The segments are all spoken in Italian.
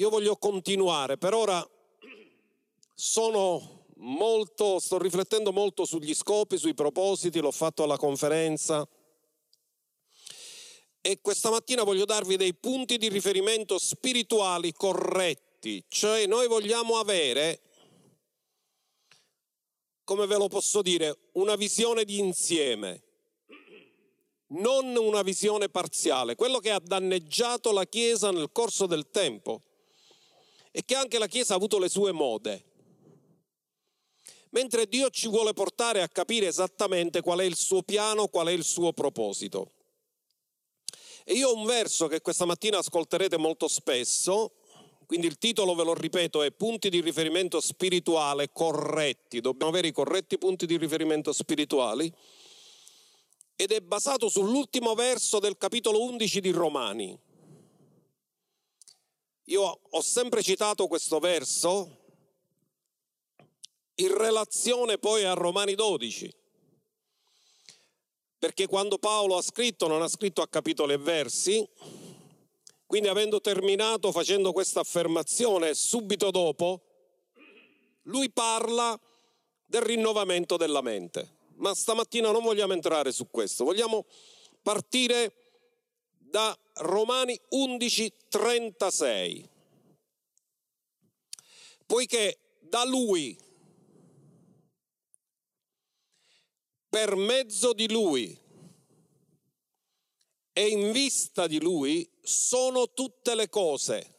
Io voglio continuare, per ora sto riflettendo molto sugli scopi, sui propositi, l'ho fatto alla conferenza e questa mattina voglio darvi dei punti di riferimento spirituali corretti, cioè noi vogliamo avere, come ve lo posso dire, una visione di insieme, non una visione parziale, quello che ha danneggiato la Chiesa nel corso del tempo e che anche la Chiesa ha avuto le sue mode. Mentre Dio ci vuole portare a capire esattamente qual è il suo piano, qual è il suo proposito. E io ho un verso che questa mattina ascolterete molto spesso, quindi il titolo, ve lo ripeto, è Punti di riferimento spirituale corretti. Dobbiamo avere i corretti punti di riferimento spirituali. Ed è basato sull'ultimo verso del capitolo 11 di Romani. Io ho sempre citato questo verso in relazione poi a Romani 12, perché quando Paolo ha scritto non ha scritto a capitoli e versi, quindi avendo terminato facendo questa affermazione subito dopo, lui parla del rinnovamento della mente. Ma stamattina non vogliamo entrare su questo, vogliamo partire da Romani 11:36. Poiché da lui, per mezzo di lui e in vista di lui sono tutte le cose.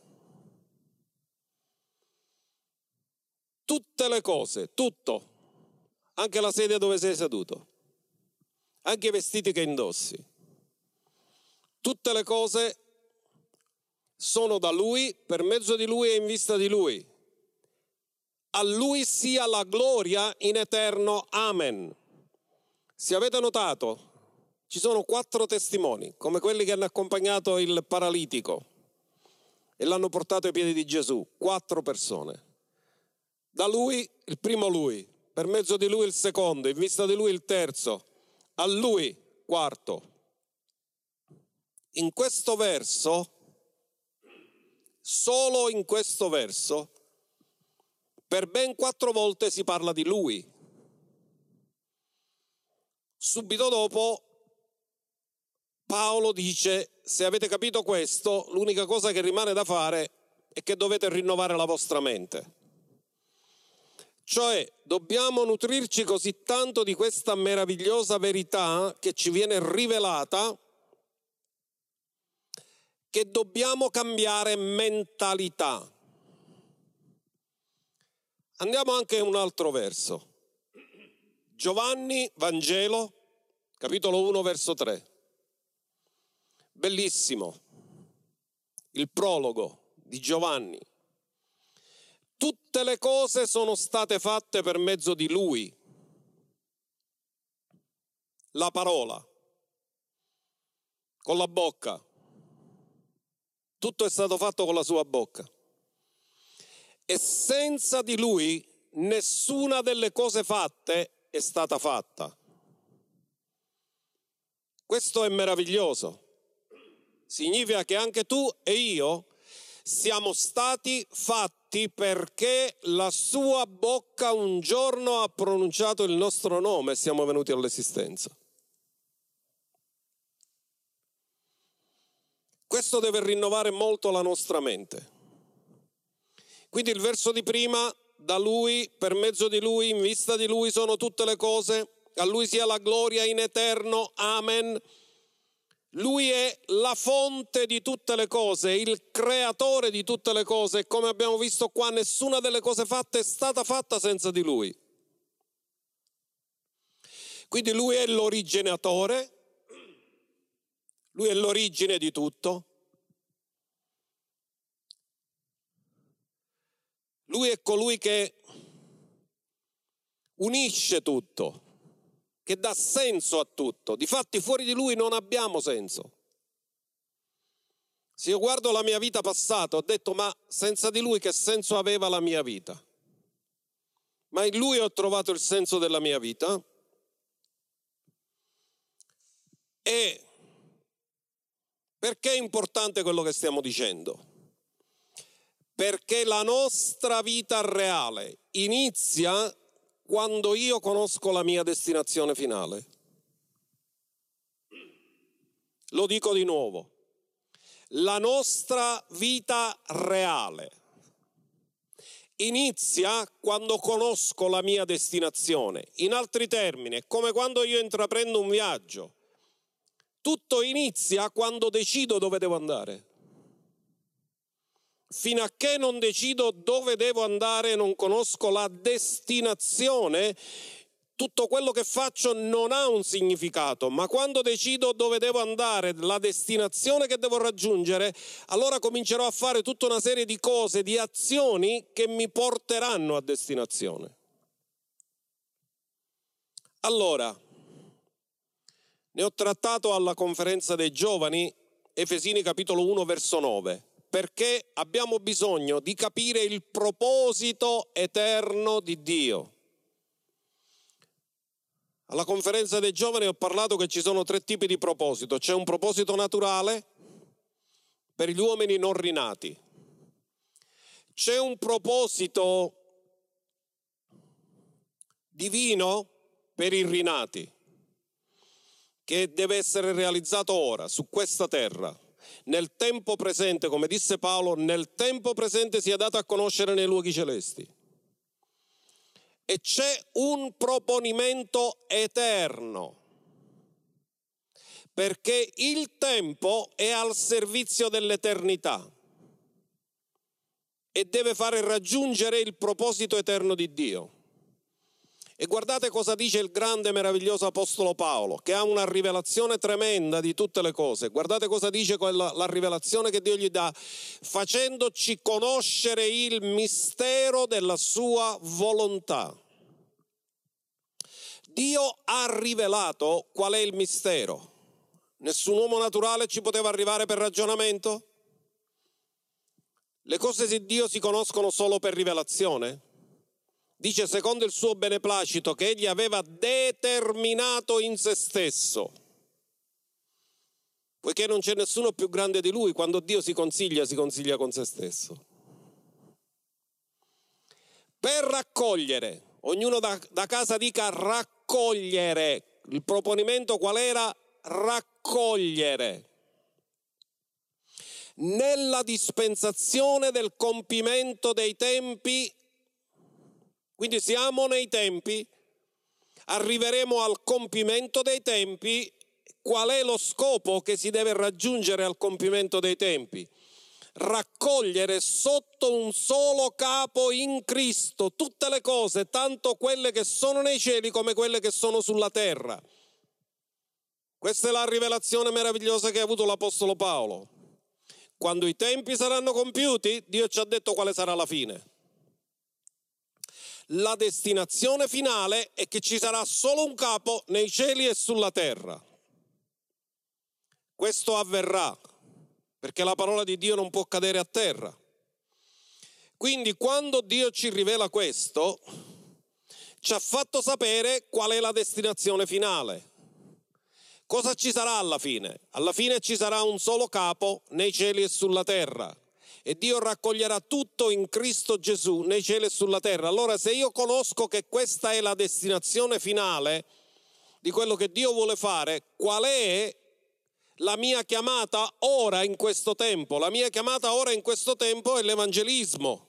Tutte le cose, tutto. Anche la sedia dove sei seduto, anche i vestiti che indossi. Tutte le cose sono da Lui, per mezzo di Lui e in vista di Lui. A Lui sia la gloria in eterno. Amen. Se avete notato, ci sono 4 testimoni, come quelli che hanno accompagnato il paralitico e l'hanno portato ai piedi di Gesù. 4 persone. Da Lui, il primo Lui. Per mezzo di lui il secondo, in vista di lui il terzo, a lui quarto. In questo verso, solo in questo verso, per ben 4 volte si parla di lui. Subito dopo Paolo dice: se avete capito questo, l'unica cosa che rimane da fare è che dovete rinnovare la vostra mente. Cioè, dobbiamo nutrirci così tanto di questa meravigliosa verità che ci viene rivelata, che dobbiamo cambiare mentalità. Andiamo anche a un altro verso. Giovanni, Vangelo, capitolo 1, verso 3. Bellissimo. Il prologo di Giovanni. Tutte le cose sono state fatte per mezzo di Lui. La parola. Con la bocca. Tutto è stato fatto con la sua bocca. E senza di Lui nessuna delle cose fatte è stata fatta. Questo è meraviglioso. Significa che anche tu e io siamo stati fatti perché la sua bocca un giorno ha pronunciato il nostro nome e siamo venuti all'esistenza. Questo deve rinnovare molto la nostra mente. Quindi il verso di prima, da Lui, per mezzo di Lui, in vista di Lui sono tutte le cose, a Lui sia la gloria in eterno, amen. Lui è la fonte di tutte le cose, il creatore di tutte le cose, e come abbiamo visto qua nessuna delle cose fatte è stata fatta senza di Lui. Quindi Lui è l'originatore, Lui è l'origine di tutto, Lui è colui che unisce tutto, che dà senso a tutto. Difatti fuori di Lui non abbiamo senso. Se io guardo la mia vita passata, ho detto: ma senza di Lui che senso aveva la mia vita? Ma in Lui ho trovato il senso della mia vita. E perché è importante quello che stiamo dicendo? Perché la nostra vita reale inizia quando io conosco la mia destinazione finale. Lo dico di nuovo. La nostra vita reale inizia quando conosco la mia destinazione. In altri termini, è come quando io intraprendo un viaggio. Tutto inizia quando decido dove devo andare. Fino a che non decido dove devo andare e non conosco la destinazione, tutto quello che faccio non ha un significato, ma quando decido dove devo andare, la destinazione che devo raggiungere, allora comincerò a fare tutta una serie di cose, di azioni che mi porteranno a destinazione. Allora, ne ho trattato alla conferenza dei giovani, Efesini capitolo 1 verso 9, perché abbiamo bisogno di capire il proposito eterno di Dio. Alla conferenza dei giovani ho parlato che ci sono 3 tipi di proposito. C'è un proposito naturale per gli uomini non rinati. C'è un proposito divino per i rinati, che deve essere realizzato ora, su questa terra. Nel tempo presente, come disse Paolo, nel tempo presente sia dato a conoscere nei luoghi celesti. E c'è un proponimento eterno, perché il tempo è al servizio dell'eternità e deve fare raggiungere il proposito eterno di Dio. E guardate cosa dice il grande e meraviglioso apostolo Paolo, che ha una rivelazione tremenda di tutte le cose. Guardate cosa dice la rivelazione che Dio gli dà, facendoci conoscere il mistero della sua volontà. Dio ha rivelato qual è il mistero. Nessun uomo naturale ci poteva arrivare per ragionamento? Le cose di Dio si conoscono solo per rivelazione? Dice secondo il suo beneplacito che egli aveva determinato in se stesso. Poiché non c'è nessuno più grande di lui, quando Dio si consiglia con se stesso. Per raccogliere, ognuno da casa dica raccogliere. Il proponimento qual era? Raccogliere. Nella dispensazione del compimento dei tempi. Quindi siamo nei tempi, arriveremo al compimento dei tempi. Qual è lo scopo che si deve raggiungere al compimento dei tempi? Raccogliere sotto un solo capo in Cristo tutte le cose, tanto quelle che sono nei cieli come quelle che sono sulla terra. Questa è la rivelazione meravigliosa che ha avuto l'Apostolo Paolo. Quando i tempi saranno compiuti, Dio ci ha detto quale sarà la fine. La destinazione finale è che ci sarà solo un capo nei cieli e sulla terra. Questo avverrà, perché la parola di Dio non può cadere a terra. Quindi quando Dio ci rivela questo, ci ha fatto sapere qual è la destinazione finale. Cosa ci sarà alla fine? Alla fine ci sarà un solo capo nei cieli e sulla terra. E Dio raccoglierà tutto in Cristo Gesù nei cieli e sulla terra. Allora se io conosco che questa è la destinazione finale di quello che Dio vuole fare, qual è la mia chiamata ora in questo tempo? La mia chiamata ora in questo tempo è l'evangelismo.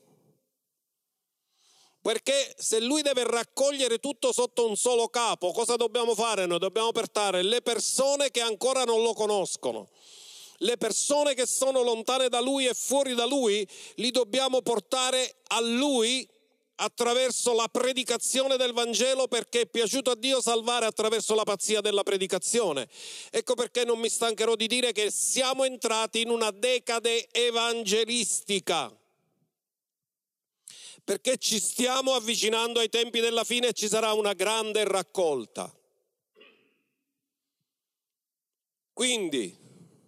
Perché se Lui deve raccogliere tutto sotto un solo capo, cosa dobbiamo fare? Noi dobbiamo portare le persone che ancora non lo conoscono. Le persone che sono lontane da Lui e fuori da Lui, li dobbiamo portare a Lui attraverso la predicazione del Vangelo, perché è piaciuto a Dio salvare attraverso la pazzia della predicazione. Ecco perché non mi stancherò di dire che siamo entrati in una decade evangelistica, perché ci stiamo avvicinando ai tempi della fine e ci sarà una grande raccolta. Quindi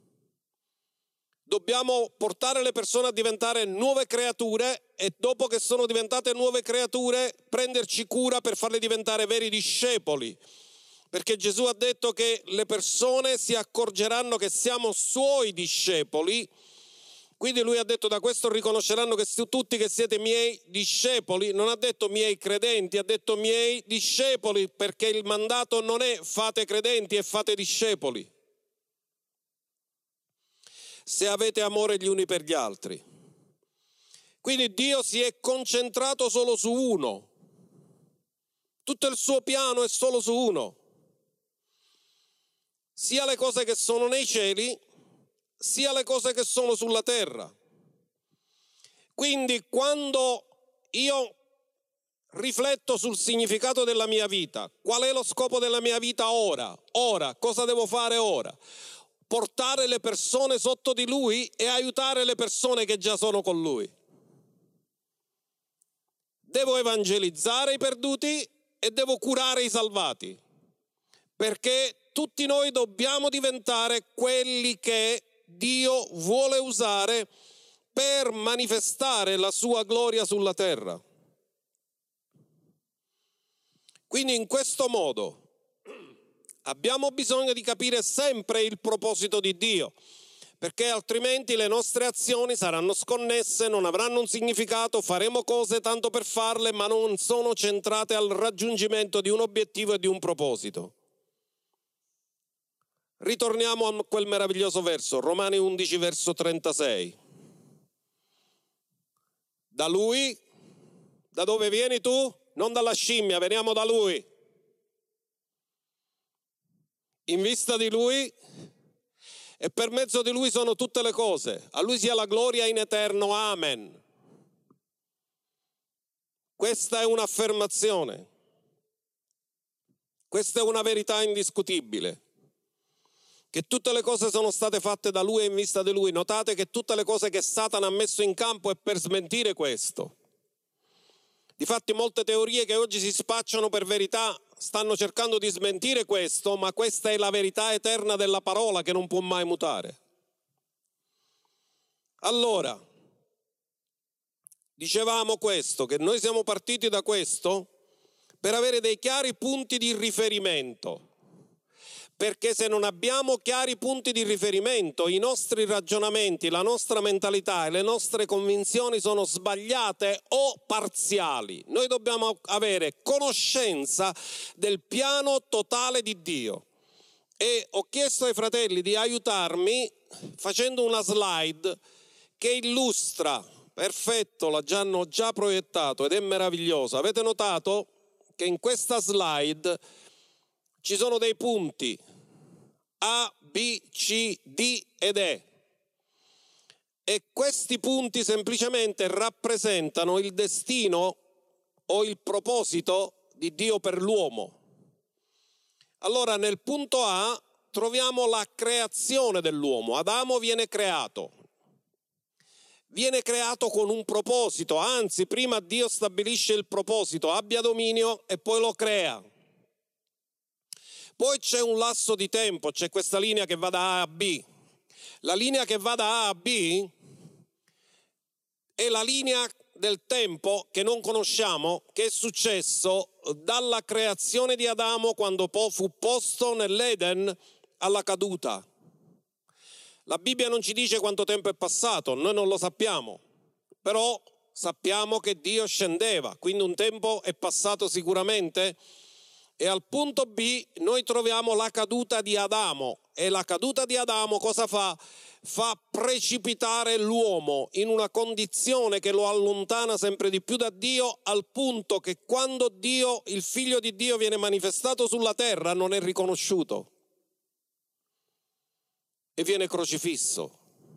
dobbiamo portare le persone a diventare nuove creature e dopo che sono diventate nuove creature prenderci cura per farle diventare veri discepoli, perché Gesù ha detto che le persone si accorgeranno che siamo suoi discepoli Quindi lui ha detto: da questo riconosceranno che tutti che siete miei discepoli. Non ha detto miei credenti, ha detto miei discepoli, perché il mandato non è fate credenti, è fate discepoli. Se avete amore gli uni per gli altri. Quindi Dio si è concentrato solo su uno. Tutto il suo piano è solo su uno. Sia le cose che sono nei cieli, sia le cose che sono sulla terra. Quindi quando io rifletto sul significato della mia vita, qual è lo scopo della mia vita ora? Ora, cosa devo fare ora? Portare le persone sotto di Lui e aiutare le persone che già sono con Lui. Devo evangelizzare i perduti e devo curare i salvati, perché tutti noi dobbiamo diventare quelli che Dio vuole usare per manifestare la sua gloria sulla terra. Quindi in questo modo abbiamo bisogno di capire sempre il proposito di Dio, perché altrimenti le nostre azioni saranno sconnesse, non avranno un significato, faremo cose tanto per farle, ma non sono centrate al raggiungimento di un obiettivo e di un proposito. Ritorniamo a quel meraviglioso verso, Romani 11 verso 36. Da Lui, da dove vieni tu? Non dalla scimmia, veniamo da Lui. In vista di Lui e per mezzo di Lui sono tutte le cose. A Lui sia la gloria in eterno. Amen. Questa è un'affermazione. Questa è una verità indiscutibile. Che tutte le cose sono state fatte da Lui e in vista di Lui. Notate che tutte le cose che Satana ha messo in campo è per smentire questo. Difatti molte teorie che oggi si spacciano per verità stanno cercando di smentire questo, ma questa è la verità eterna della parola che non può mai mutare. Allora, dicevamo questo, che noi siamo partiti da questo per avere dei chiari punti di riferimento. Perché se non abbiamo chiari punti di riferimento, i nostri ragionamenti, la nostra mentalità e le nostre convinzioni sono sbagliate o parziali. Noi dobbiamo avere conoscenza del piano totale di Dio. E ho chiesto ai fratelli di aiutarmi facendo una slide che illustra, perfetto, hanno già proiettato ed è meravigliosa. Avete notato che in questa slide ci sono dei punti A, B, C, D ed E. E questi punti semplicemente rappresentano il destino o il proposito di Dio per l'uomo. Allora nel punto A troviamo la creazione dell'uomo. Adamo viene creato con un proposito, anzi prima Dio stabilisce il proposito, abbia dominio e poi lo crea. Poi c'è un lasso di tempo, c'è questa linea che va da A a B. La linea che va da A a B è la linea del tempo che non conosciamo, che è successo dalla creazione di Adamo quando fu posto nell'Eden alla caduta. La Bibbia non ci dice quanto tempo è passato, noi non lo sappiamo, però sappiamo che Dio scendeva, quindi un tempo è passato sicuramente. E al punto B noi troviamo la caduta di Adamo, e la caduta di Adamo cosa fa? Fa precipitare l'uomo in una condizione che lo allontana sempre di più da Dio, al punto che quando Dio, il figlio di Dio, viene manifestato sulla terra non è riconosciuto e viene crocifisso.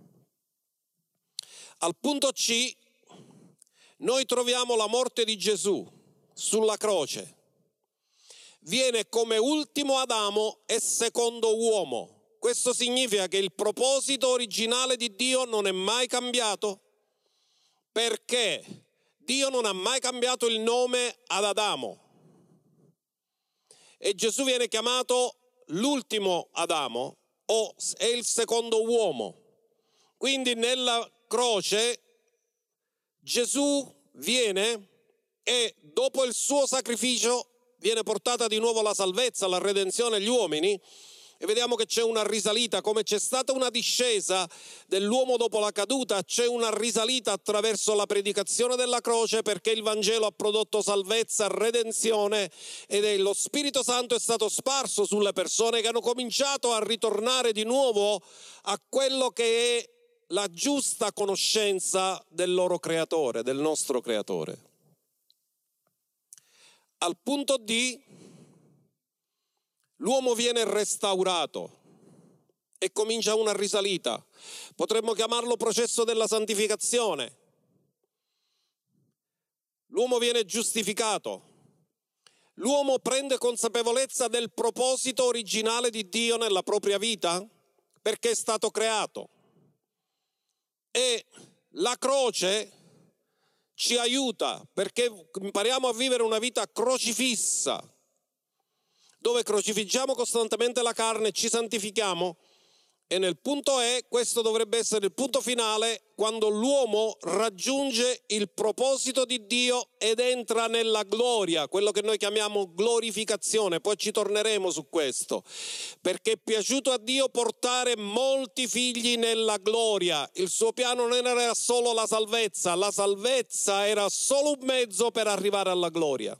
Al punto C noi troviamo la morte di Gesù sulla croce. Viene come ultimo Adamo e secondo uomo. Questo significa che il proposito originale di Dio non è mai cambiato, perché Dio non ha mai cambiato il nome ad Adamo. E Gesù viene chiamato l'ultimo Adamo o è il secondo uomo. Quindi nella croce Gesù viene e dopo il suo sacrificio viene portata di nuovo la salvezza, la redenzione agli uomini, E vediamo che c'è una risalita, come c'è stata una discesa dell'uomo dopo la caduta, c'è una risalita attraverso la predicazione della croce, perché il Vangelo ha prodotto salvezza, redenzione, ed lo Spirito Santo è stato sparso sulle persone che hanno cominciato a ritornare di nuovo a quello che è la giusta conoscenza del loro creatore, del nostro creatore. Al punto D, l'uomo viene restaurato e comincia una risalita. Potremmo chiamarlo processo della santificazione. L'uomo viene giustificato. L'uomo prende consapevolezza del proposito originale di Dio nella propria vita, perché è stato creato. E la croce ci aiuta, perché impariamo a vivere una vita crocifissa, dove crocifiggiamo costantemente la carne, ci santifichiamo, e nel punto E, questo dovrebbe essere il punto finale, quando l'uomo raggiunge il proposito di Dio ed entra nella gloria, quello che noi chiamiamo glorificazione. Poi ci torneremo su questo, perché è piaciuto a Dio portare molti figli nella gloria. Il suo piano non era solo la salvezza era solo un mezzo per arrivare alla gloria.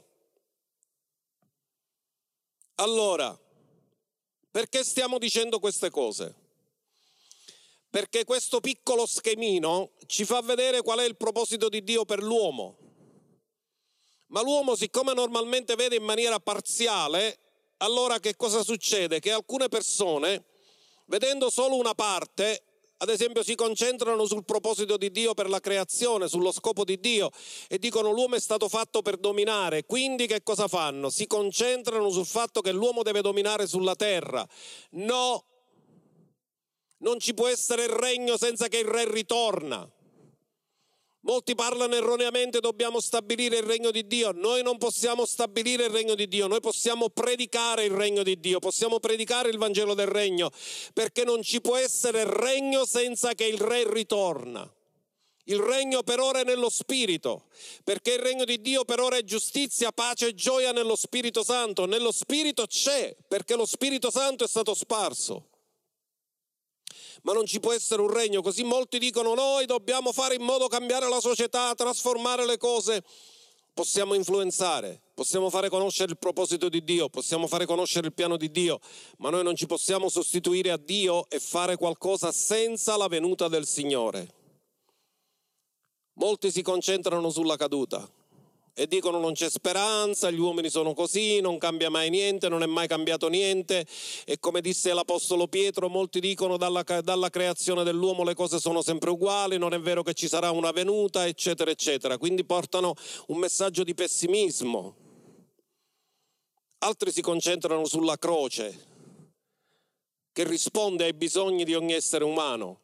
Allora, perché stiamo dicendo queste cose? Perché questo piccolo schemino ci fa vedere qual è il proposito di Dio per l'uomo. Ma l'uomo, siccome normalmente vede in maniera parziale, allora che cosa succede? Che alcune persone, vedendo solo una parte, ad esempio si concentrano sul proposito di Dio per la creazione, sullo scopo di Dio, e dicono l'uomo è stato fatto per dominare. Quindi che cosa fanno? Si concentrano sul fatto che l'uomo deve dominare sulla terra. No, non ci può essere il regno senza che il re ritorna. Molti parlano erroneamente, dobbiamo stabilire il regno di Dio. Noi non possiamo stabilire il regno di Dio, noi possiamo predicare il regno di Dio, possiamo predicare il Vangelo del regno, perché non ci può essere regno senza che il re ritorna. Il regno per ora è nello Spirito, perché il regno di Dio per ora è giustizia, pace e gioia nello Spirito Santo. Nello Spirito c'è, perché lo Spirito Santo è stato sparso. Ma non ci può essere un regno, così molti dicono noi dobbiamo fare in modo cambiare la società, trasformare le cose. Possiamo influenzare, possiamo fare conoscere il proposito di Dio, possiamo fare conoscere il piano di Dio, ma noi non ci possiamo sostituire a Dio e fare qualcosa senza la venuta del Signore. Molti si concentrano sulla caduta e dicono non c'è speranza, gli uomini sono così, non cambia mai niente, non è mai cambiato niente. E come disse l'Apostolo Pietro, molti dicono dalla creazione dell'uomo le cose sono sempre uguali, non è vero che ci sarà una venuta, eccetera, eccetera. Quindi portano un messaggio di pessimismo. Altri si concentrano sulla croce, che risponde ai bisogni di ogni essere umano.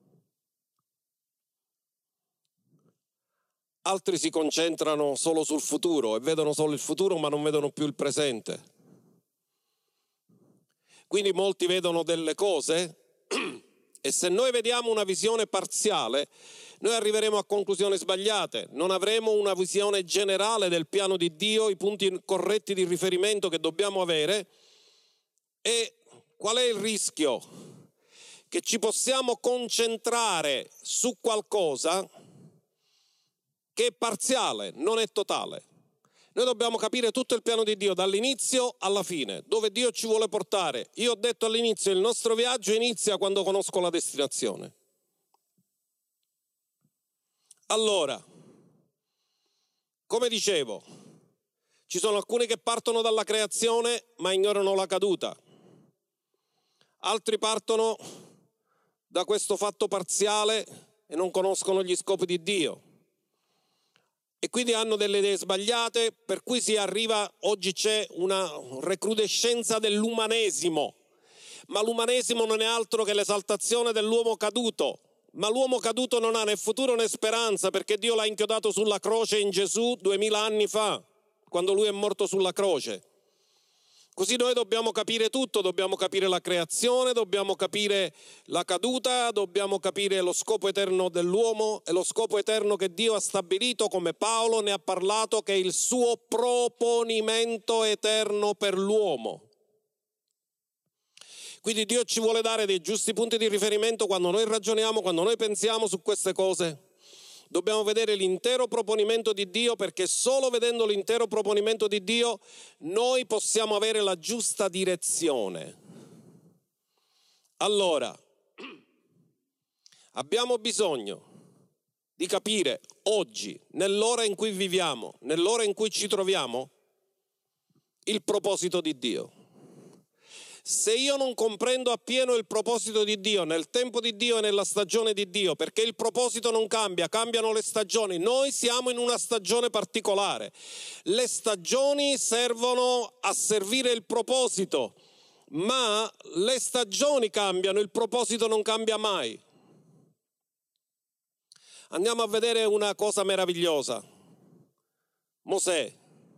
Altri si concentrano solo sul futuro e vedono solo il futuro ma non vedono più il presente. Quindi molti vedono delle cose e se noi vediamo una visione parziale noi arriveremo a conclusioni sbagliate, non avremo una visione generale del piano di Dio, i punti corretti di riferimento che dobbiamo avere. E qual è il rischio? Che ci possiamo concentrare su qualcosa che è parziale, non è totale. Noi dobbiamo capire tutto il piano di Dio, dall'inizio alla fine, dove Dio ci vuole portare. Io ho detto all'inizio, il nostro viaggio inizia quando conosco la destinazione. Allora, come dicevo, ci sono alcuni che partono dalla creazione ma ignorano la caduta. Altri partono da questo fatto parziale e non conoscono gli scopi di Dio. E quindi hanno delle idee sbagliate, per cui si arriva, oggi c'è una recrudescenza dell'umanesimo, ma l'umanesimo non è altro che l'esaltazione dell'uomo caduto, ma l'uomo caduto non ha né futuro né speranza, perché Dio l'ha inchiodato sulla croce in Gesù 2000 anni fa, quando lui è morto sulla croce. Così noi dobbiamo capire tutto, dobbiamo capire la creazione, dobbiamo capire la caduta, dobbiamo capire lo scopo eterno dell'uomo e lo scopo eterno che Dio ha stabilito, come Paolo ne ha parlato, che è il suo proponimento eterno per l'uomo. Quindi Dio ci vuole dare dei giusti punti di riferimento quando noi ragioniamo, quando noi pensiamo su queste cose. Dobbiamo vedere l'intero proponimento di Dio, perché solo vedendo l'intero proponimento di Dio noi possiamo avere la giusta direzione. Allora, abbiamo bisogno di capire oggi, nell'ora in cui viviamo, nell'ora in cui ci troviamo, il proposito di Dio. Se io non comprendo appieno il proposito di Dio, nel tempo di Dio e nella stagione di Dio, perché il proposito non cambia, cambiano le stagioni. Noi siamo in una stagione particolare. Le stagioni servono a servire il proposito, ma le stagioni cambiano, il proposito non cambia mai. Andiamo a vedere una cosa meravigliosa. Mosè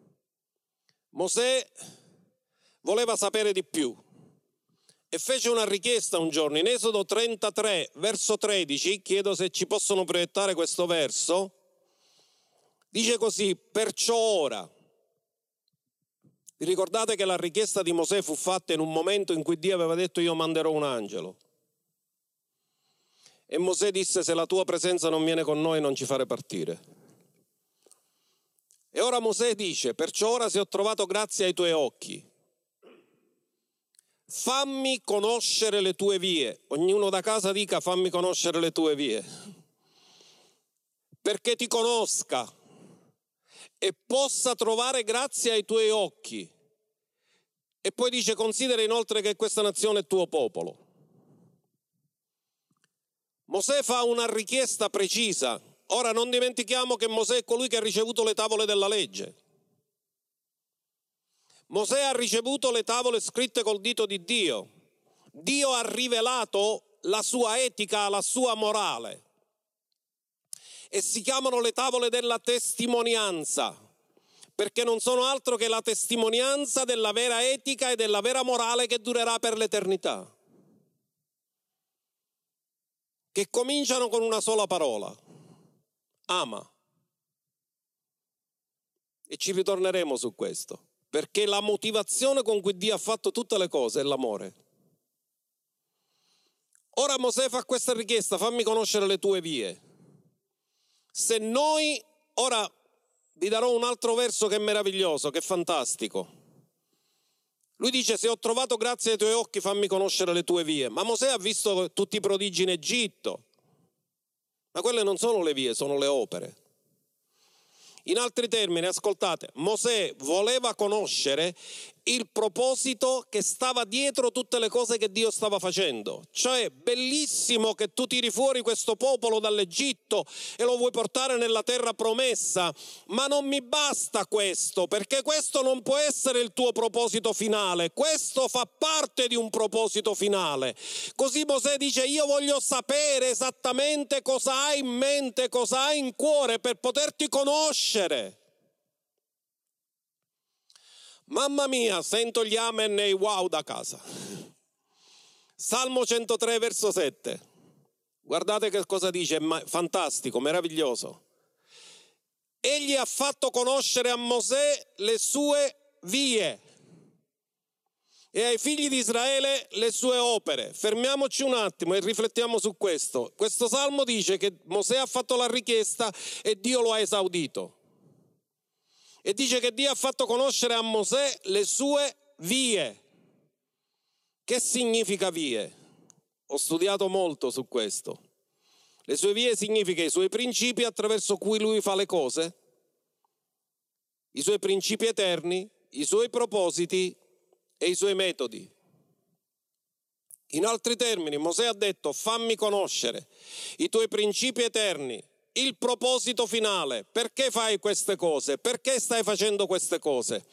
voleva sapere di più e fece una richiesta un giorno. In Esodo 33, verso 13, chiedo se ci possono proiettare questo verso, dice così: perciò ora. Vi ricordate che la richiesta di Mosè fu fatta in un momento in cui Dio aveva detto: io manderò un angelo. E Mosè disse: se la tua presenza non viene con noi, non ci fare partire. E ora Mosè dice: perciò ora, se ho trovato grazia ai tuoi occhi, fammi conoscere le tue vie. Ognuno da casa dica: fammi conoscere le tue vie, perché ti conosca e possa trovare grazia ai tuoi occhi. E poi dice: considera inoltre che questa nazione è tuo popolo. Mosè fa una richiesta precisa. Ora non dimentichiamo che Mosè è colui che ha ricevuto le tavole della legge. Mosè ha ricevuto le tavole scritte col dito di Dio. Dio ha rivelato la sua etica, la sua morale. E si chiamano le tavole della testimonianza, perché non sono altro che la testimonianza della vera etica e della vera morale che durerà per l'eternità. Che cominciano con una sola parola: ama. E ci ritorneremo su questo, perché la motivazione con cui Dio ha fatto tutte le cose è l'amore. Ora Mosè fa questa richiesta: fammi conoscere le tue vie. Se noi, ora vi darò un altro verso che è meraviglioso, che è fantastico. Lui dice: se ho trovato grazia ai tuoi occhi, fammi conoscere le tue vie. Ma Mosè ha visto tutti i prodigi in Egitto. Ma quelle non sono le vie, sono le opere. In altri termini, ascoltate, Mosè voleva conoscere il proposito che stava dietro tutte le cose che Dio stava facendo. Cioè, bellissimo che tu tiri fuori questo popolo dall'Egitto e lo vuoi portare nella terra promessa, ma non mi basta questo, perché questo non può essere il tuo proposito finale, questo fa parte di un proposito finale. Così Mosè dice: io voglio sapere esattamente cosa hai in mente, cosa hai in cuore, per poterti conoscere. Mamma mia, sento gli amen e i wow da casa. Salmo 103, verso 7. Guardate che cosa dice, fantastico, meraviglioso. Egli ha fatto conoscere a Mosè le sue vie e ai figli di Israele le sue opere. Fermiamoci un attimo e riflettiamo su questo. Questo salmo dice che Mosè ha fatto la richiesta e Dio lo ha esaudito. E dice che Dio ha fatto conoscere a Mosè le sue vie. Che significa vie? Ho studiato molto su questo. Le sue vie significa i suoi principi attraverso cui lui fa le cose, i suoi principi eterni, i suoi propositi e i suoi metodi. In altri termini, Mosè ha detto: fammi conoscere i tuoi principi eterni, il proposito finale, perché fai queste cose, perché stai facendo queste cose.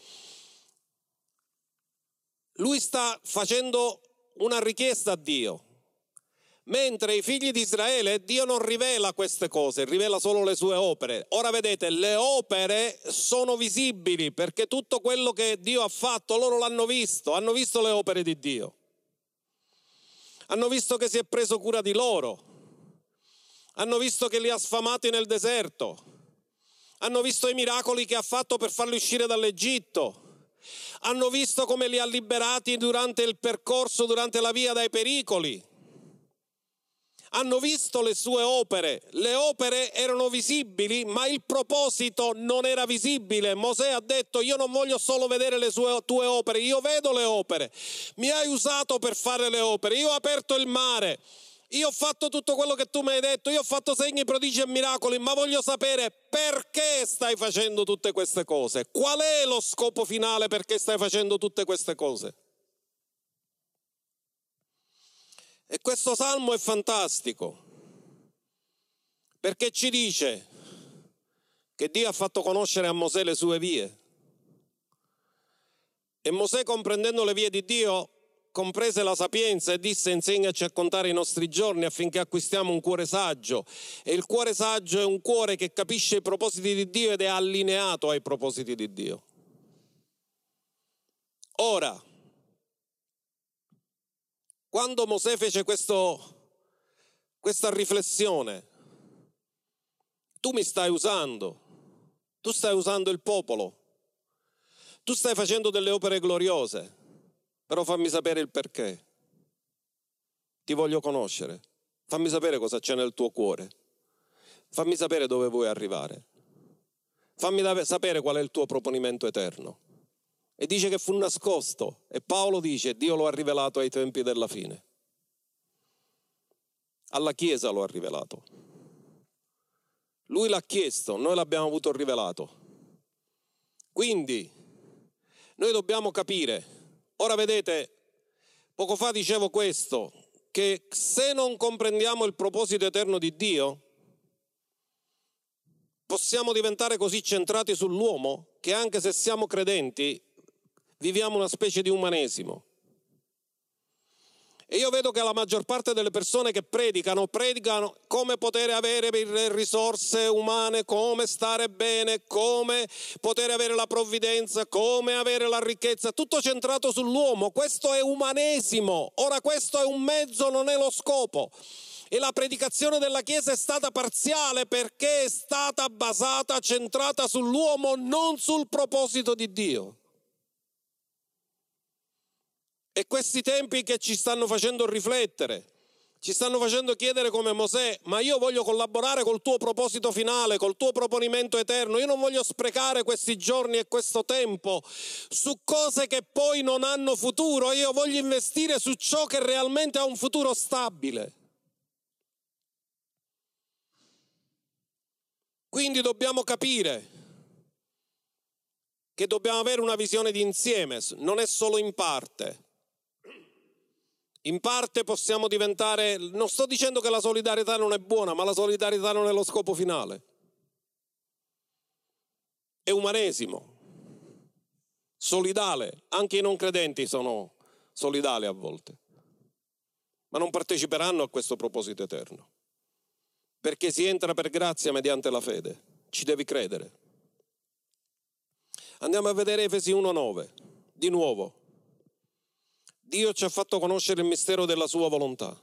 Lui sta facendo una richiesta a Dio, mentre i figli di Israele, Dio non rivela queste cose, rivela solo le sue opere. Ora vedete, le opere sono visibili, perché tutto quello che Dio ha fatto loro l'hanno visto, hanno visto le opere di Dio, hanno visto che si è preso cura di loro, hanno visto che li ha sfamati nel deserto, hanno visto i miracoli che ha fatto per farli uscire dall'Egitto, hanno visto come li ha liberati durante il percorso, durante la via dai pericoli. Hanno visto le sue opere erano visibili, ma il proposito non era visibile. Mosè ha detto: io non voglio solo vedere le tue opere, io vedo le opere, mi hai usato per fare le opere, io ho aperto il mare, io ho fatto tutto quello che tu mi hai detto, io ho fatto segni, prodigi e miracoli, ma voglio sapere perché stai facendo tutte queste cose, qual è lo scopo finale perché stai facendo tutte queste cose. E questo salmo è fantastico, perché ci dice che Dio ha fatto conoscere a Mosè le sue vie. E Mosè, comprendendo le vie di Dio, comprese la sapienza e disse: insegnaci a contare i nostri giorni affinché acquistiamo un cuore saggio. E il cuore saggio è un cuore che capisce i propositi di Dio ed è allineato ai propositi di Dio. Ora, quando Mosè fece questa riflessione, tu mi stai usando, tu stai usando il popolo, tu stai facendo delle opere gloriose, però fammi sapere il perché. Ti voglio conoscere, fammi sapere cosa c'è nel tuo cuore, fammi sapere dove vuoi arrivare, fammi sapere qual è il tuo proponimento eterno. E dice che fu nascosto, e Paolo dice: Dio lo ha rivelato ai tempi della fine. Alla Chiesa lo ha rivelato. Lui l'ha chiesto, noi l'abbiamo avuto rivelato. Quindi noi dobbiamo capire. Ora vedete, poco fa dicevo questo, che se non comprendiamo il proposito eterno di Dio, possiamo diventare così centrati sull'uomo che anche se siamo credenti viviamo una specie di umanesimo. E io vedo che la maggior parte delle persone che predicano come poter avere le risorse umane, come stare bene, come poter avere la provvidenza, come avere la ricchezza, tutto centrato sull'uomo. Questo è umanesimo. Ora, questo è un mezzo, non è lo scopo. E la predicazione della Chiesa è stata parziale perché è stata basata, centrata sull'uomo, non sul proposito di Dio. E questi tempi che ci stanno facendo riflettere, ci stanno facendo chiedere come Mosè: ma io voglio collaborare col tuo proposito finale, col tuo proponimento eterno, io non voglio sprecare questi giorni e questo tempo su cose che poi non hanno futuro, io voglio investire su ciò che realmente ha un futuro stabile. Quindi dobbiamo capire che dobbiamo avere una visione di insieme, non è solo in parte. In parte possiamo diventare, non sto dicendo che la solidarietà non è buona, ma la solidarietà non è lo scopo finale. È umanesimo, solidale, anche i non credenti sono solidali a volte, ma non parteciperanno a questo proposito eterno, perché si entra per grazia mediante la fede, ci devi credere. Andiamo a vedere Efesi 1,9, di nuovo. Dio ci ha fatto conoscere il mistero della sua volontà.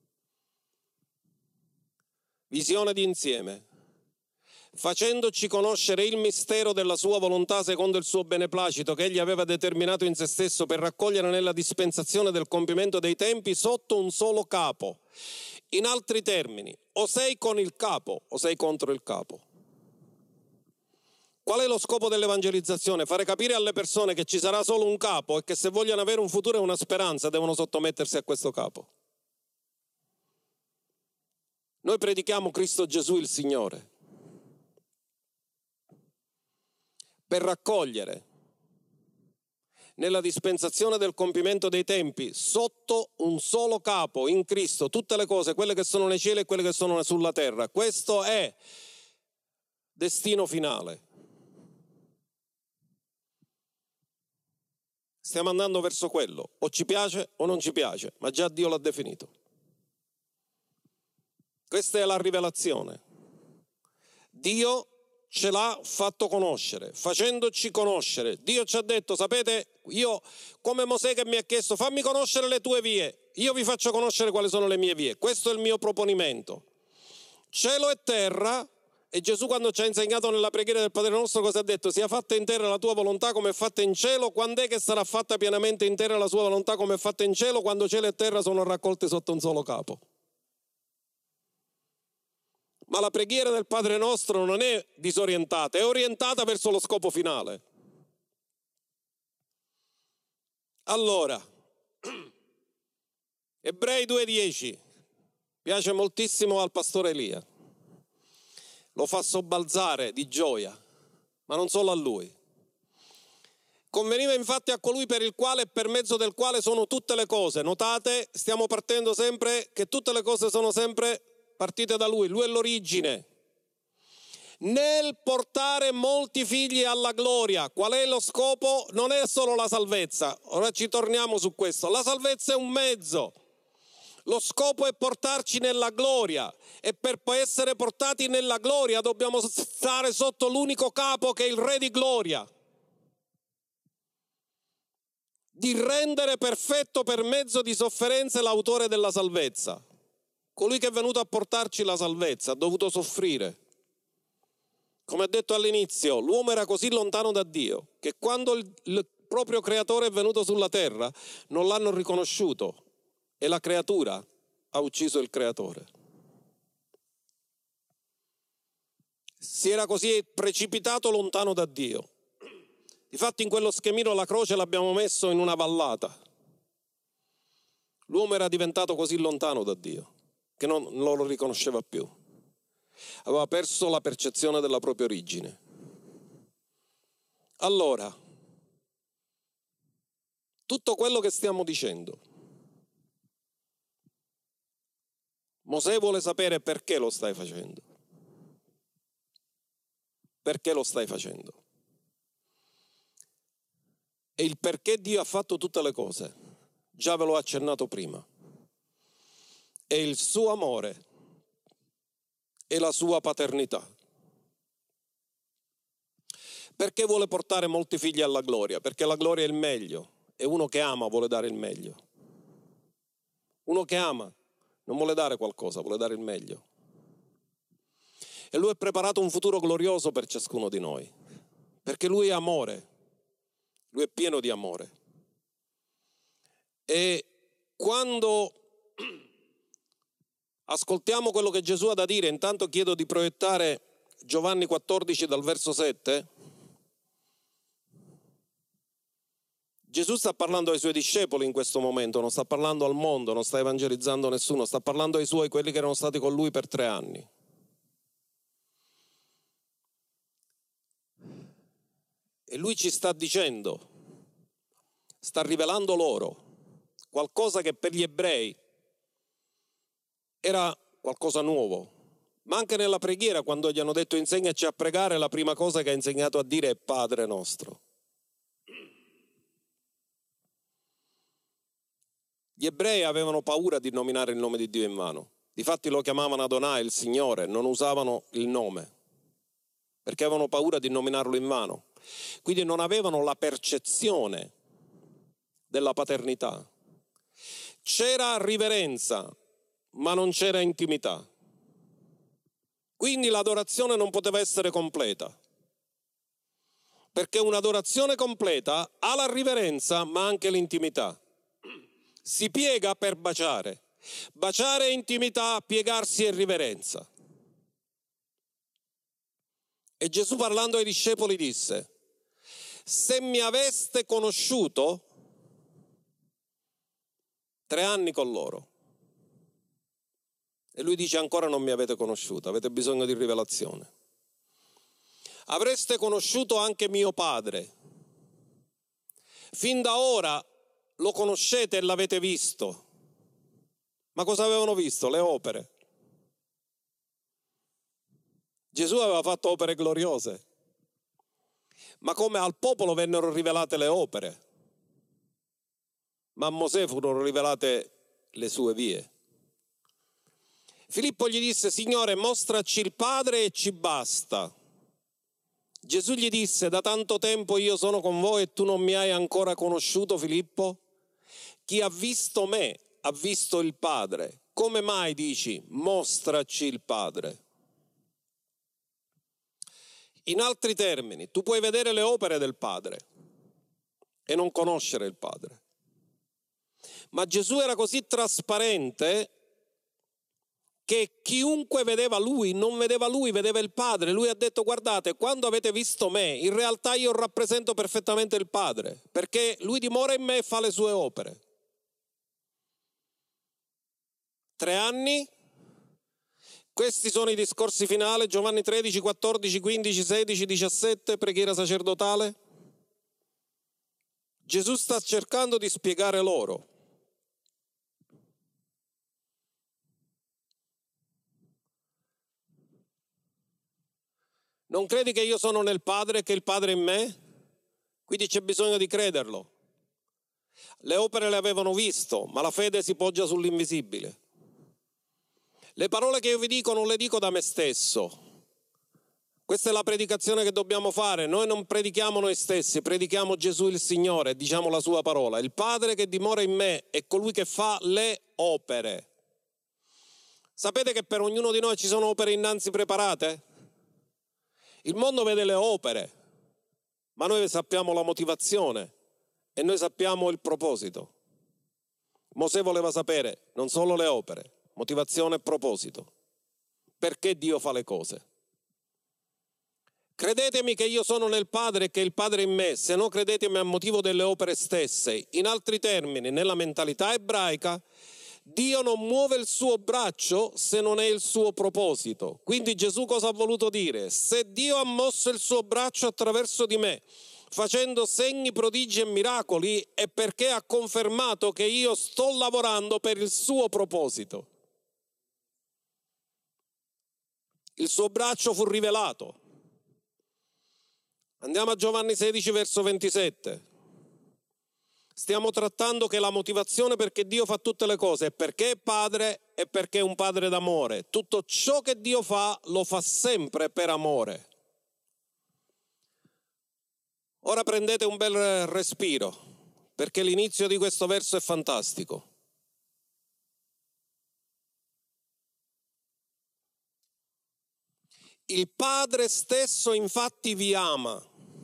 Visione di insieme. Facendoci conoscere il mistero della sua volontà secondo il suo beneplacito che egli aveva determinato in se stesso per raccogliere nella dispensazione del compimento dei tempi sotto un solo capo. In altri termini, o sei con il capo o sei contro il capo. Qual è lo scopo dell'evangelizzazione? Fare capire alle persone che ci sarà solo un capo e che se vogliono avere un futuro e una speranza devono sottomettersi a questo capo. Noi predichiamo Cristo Gesù il Signore per raccogliere nella dispensazione del compimento dei tempi sotto un solo capo in Cristo tutte le cose, quelle che sono nei cieli e quelle che sono sulla terra. Questo è destino finale. Stiamo andando verso quello, o ci piace o non ci piace, ma già Dio l'ha definito. Questa è la rivelazione. Dio ce l'ha fatto conoscere, facendoci conoscere. Dio ci ha detto: sapete, io come Mosè che mi ha chiesto fammi conoscere le tue vie, io vi faccio conoscere quali sono le mie vie. Questo è il mio proponimento. Cielo e terra E Gesù, quando ci ha insegnato nella preghiera del Padre nostro, cosa ha detto? Sia fatta in terra la tua volontà come è fatta in cielo. Quando è che sarà fatta pienamente in terra la sua volontà come è fatta in cielo? Quando cielo e terra sono raccolte sotto un solo capo. Ma la preghiera del Padre nostro non è disorientata, è orientata verso lo scopo finale. Allora, Ebrei 2,10 piace moltissimo al pastore Elia. Lo fa sobbalzare di gioia, ma non solo a lui. Conveniva infatti a colui per il quale e per mezzo del quale sono tutte le cose. Notate, stiamo partendo sempre, che tutte le cose sono sempre partite da lui. Lui è l'origine. Nel portare molti figli alla gloria. Qual è lo scopo? Non è solo la salvezza. Ora ci torniamo su questo. La salvezza è un mezzo. Lo scopo è portarci nella gloria, e per poi essere portati nella gloria dobbiamo stare sotto l'unico capo che è il Re di gloria, di rendere perfetto per mezzo di sofferenze l'autore della salvezza. Colui che è venuto a portarci la salvezza ha dovuto soffrire. Come ho detto all'inizio, l'uomo era così lontano da Dio che quando il proprio creatore è venuto sulla terra non l'hanno riconosciuto. E la creatura ha ucciso il creatore. Si era così precipitato lontano da Dio. Difatti in quello schemino la croce l'abbiamo messo in una vallata. L'uomo era diventato così lontano da Dio che non lo riconosceva più. Aveva perso la percezione della propria origine. Allora, tutto quello che stiamo dicendo, Mosè vuole sapere perché lo stai facendo. Perché lo stai facendo? E il perché Dio ha fatto tutte le cose, già ve l'ho accennato prima. È il suo amore e la sua paternità. Perché vuole portare molti figli alla gloria? Perché la gloria è il meglio, e uno che ama vuole dare il meglio. Uno che ama non vuole dare qualcosa, vuole dare il meglio. E lui ha preparato un futuro glorioso per ciascuno di noi, perché lui è amore, lui è pieno di amore. E quando ascoltiamo quello che Gesù ha da dire, intanto chiedo di proiettare Giovanni 14 dal verso 7. Gesù sta parlando ai suoi discepoli in questo momento, non sta parlando al mondo, non sta evangelizzando nessuno, sta parlando ai suoi, quelli che erano stati con lui per 3 anni. E lui ci sta dicendo, sta rivelando loro qualcosa che per gli ebrei era qualcosa nuovo. Ma anche nella preghiera, quando gli hanno detto insegnaci a pregare, la prima cosa che ha insegnato a dire è Padre nostro. Gli ebrei avevano paura di nominare il nome di Dio in vano. Difatti lo chiamavano Adonai, il Signore, non usavano il nome, perché avevano paura di nominarlo in vano. Quindi non avevano la percezione della paternità. C'era riverenza, ma non c'era intimità. Quindi l'adorazione non poteva essere completa, perché un'adorazione completa ha la riverenza, ma anche l'intimità. Si piega per baciare. Baciare è intimità, piegarsi è riverenza. E Gesù, parlando ai discepoli, disse: se mi aveste conosciuto, 3 anni con loro. E lui dice: ancora non mi avete conosciuto, avete bisogno di rivelazione. Avreste conosciuto anche mio Padre. Fin da ora lo conoscete e l'avete visto. Ma cosa avevano visto? Le opere. Gesù aveva fatto opere gloriose, ma come al popolo vennero rivelate le opere, ma a Mosè furono rivelate le sue vie. Filippo gli disse: Signore, mostraci il Padre e ci basta. Gesù gli disse: da tanto tempo io sono con voi e tu non mi hai ancora conosciuto, Filippo? Chi ha visto me ha visto il Padre. Come mai dici mostraci il Padre? In altri termini, tu puoi vedere le opere del Padre e non conoscere il Padre. Ma Gesù era così trasparente che chiunque vedeva lui, non vedeva lui, vedeva il Padre. Lui ha detto: guardate, quando avete visto me, in realtà io rappresento perfettamente il Padre, perché lui dimora in me e fa le sue opere. 3 anni, questi sono i discorsi finali, Giovanni 13, 14, 15, 16, 17, preghiera sacerdotale. Gesù sta cercando di spiegare loro. Non credi che io sono nel Padre e che il Padre è in me? Quindi c'è bisogno di crederlo. Le opere le avevano visto, ma la fede si poggia sull'invisibile. Le parole che io vi dico non le dico da me stesso. Questa è la predicazione che dobbiamo fare. Noi non predichiamo noi stessi, predichiamo Gesù il Signore, diciamo la sua parola. Il Padre che dimora in me è colui che fa le opere. Sapete che per ognuno di noi ci sono opere innanzi preparate? Il mondo vede le opere, ma noi sappiamo la motivazione e noi sappiamo il proposito. Mosè voleva sapere non solo le opere, motivazione e proposito. Perché Dio fa le cose? Credetemi che io sono nel Padre e che il Padre in me, se no credetemi a motivo delle opere stesse. In altri termini, nella mentalità ebraica, Dio non muove il suo braccio se non è il suo proposito. Quindi Gesù cosa ha voluto dire? Se Dio ha mosso il suo braccio attraverso di me, facendo segni, prodigi e miracoli, è perché ha confermato che io sto lavorando per il suo proposito. Il suo braccio fu rivelato. Andiamo a Giovanni 16, verso 27. Stiamo trattando che la motivazione perché Dio fa tutte le cose è perché è Padre e perché è un Padre d'amore. Tutto ciò che Dio fa, lo fa sempre per amore. Ora prendete un bel respiro, perché l'inizio di questo verso è fantastico. Il Padre stesso infatti vi ama.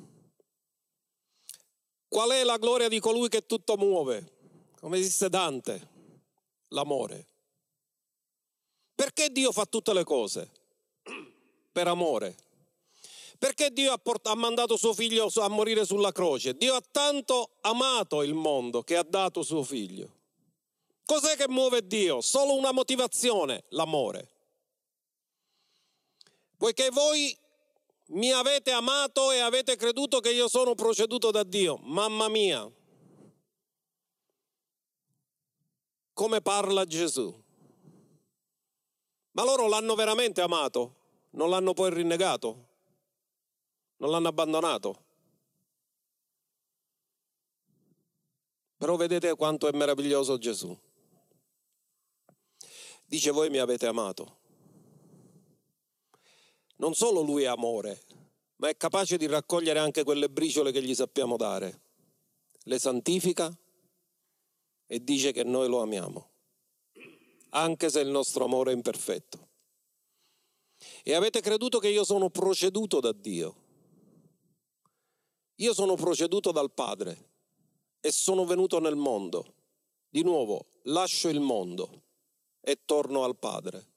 Qual è la gloria di colui che tutto muove? Come disse Dante, l'amore. Perché Dio fa tutte le cose? Per amore. Perché Dio ha mandato suo figlio a morire sulla croce? Dio ha tanto amato il mondo che ha dato suo figlio. Cos'è che muove Dio? Solo una motivazione, l'amore. Poiché voi mi avete amato e avete creduto che io sono proceduto da Dio. Mamma mia, come parla Gesù. Ma loro l'hanno veramente amato? Non l'hanno poi rinnegato? Non l'hanno abbandonato? Però vedete quanto è meraviglioso Gesù. Dice: voi mi avete amato. Non solo lui è amore, ma è capace di raccogliere anche quelle briciole che gli sappiamo dare. Le santifica e dice che noi lo amiamo, anche se il nostro amore è imperfetto. E avete creduto che io sono proceduto da Dio. Io sono proceduto dal Padre e sono venuto nel mondo. Di nuovo, lascio il mondo e torno al Padre.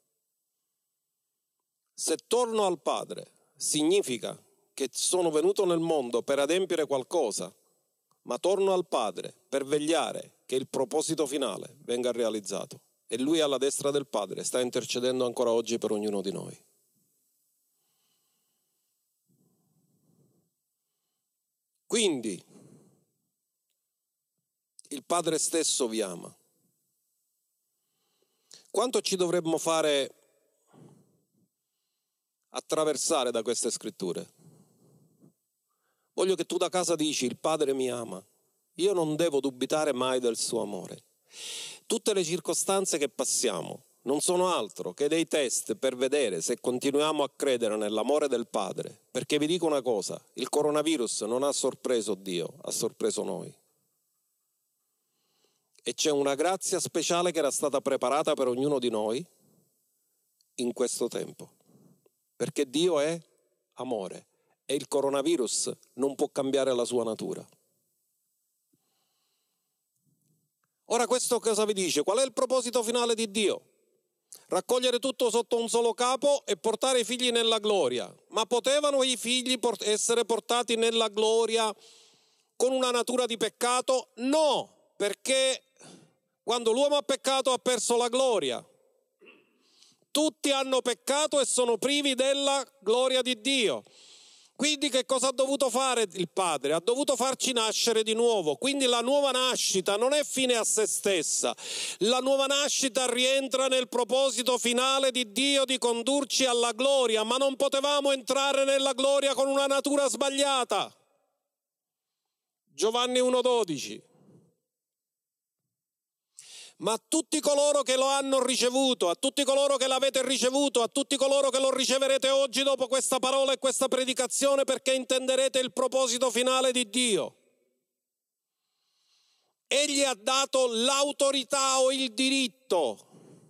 Se torno al Padre, significa che sono venuto nel mondo per adempiere qualcosa, ma torno al Padre per vegliare che il proposito finale venga realizzato. E Lui alla destra del Padre sta intercedendo ancora oggi per ognuno di noi. Quindi, il Padre stesso vi ama. Quanto ci dovremmo fare attraversare da queste scritture? Voglio che tu da casa dici: il Padre mi ama. Io non devo dubitare mai del suo amore. Tutte le circostanze che passiamo non sono altro che dei test per vedere se continuiamo a credere nell'amore del Padre. Perché vi dico una cosa: il coronavirus non ha sorpreso Dio, ha sorpreso noi. E c'è una grazia speciale che era stata preparata per ognuno di noi in questo tempo. Perché Dio è amore e il coronavirus non può cambiare la sua natura. Ora questo cosa vi dice? Qual è il proposito finale di Dio? Raccogliere tutto sotto un solo capo e portare i figli nella gloria. Ma potevano i figli essere portati nella gloria con una natura di peccato? No, perché quando l'uomo ha peccato ha perso la gloria. Tutti hanno peccato e sono privi della gloria di Dio. Quindi che cosa ha dovuto fare il Padre? Ha dovuto farci nascere di nuovo. Quindi la nuova nascita non è fine a se stessa. La nuova nascita rientra nel proposito finale di Dio di condurci alla gloria, ma non potevamo entrare nella gloria con una natura sbagliata. Giovanni 1,12. Ma a tutti coloro che lo hanno ricevuto, a tutti coloro che l'avete ricevuto, a tutti coloro che lo riceverete oggi dopo questa parola e questa predicazione, perché intenderete il proposito finale di Dio. Egli ha dato l'autorità o il diritto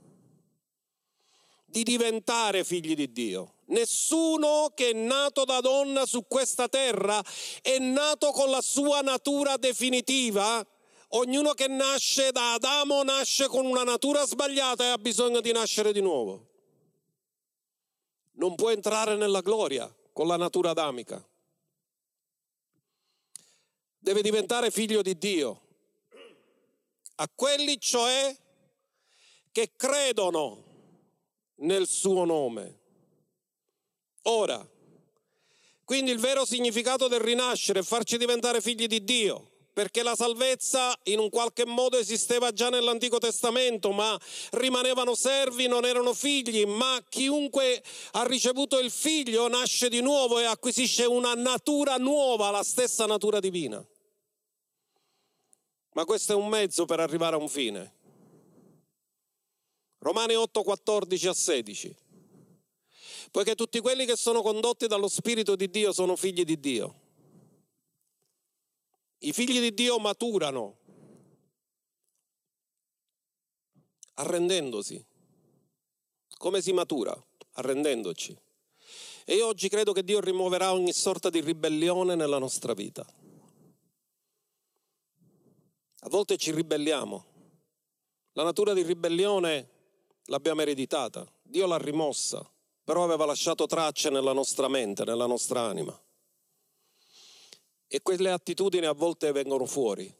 di diventare figli di Dio. Nessuno che è nato da donna su questa terra è nato con la sua natura definitiva. Ognuno che nasce da Adamo nasce con una natura sbagliata e ha bisogno di nascere di nuovo. Non può entrare nella gloria con la natura adamica. Deve diventare figlio di Dio. A quelli cioè che credono nel suo nome. Ora, quindi il vero significato del rinascere è farci diventare figli di Dio. Perché la salvezza in un qualche modo esisteva già nell'Antico Testamento, ma rimanevano servi, non erano figli, ma chiunque ha ricevuto il figlio nasce di nuovo e acquisisce una natura nuova, la stessa natura divina. Ma questo è un mezzo per arrivare a un fine. Romani 8, 14-16. Poiché tutti quelli che sono condotti dallo Spirito di Dio sono figli di Dio. I figli di Dio maturano arrendendosi. Come si matura? Arrendendoci. E io oggi credo che Dio rimuoverà ogni sorta di ribellione nella nostra vita. A volte ci ribelliamo. La natura di ribellione l'abbiamo ereditata. Dio l'ha rimossa, però aveva lasciato tracce nella nostra mente, nella nostra anima. E quelle attitudini a volte vengono fuori.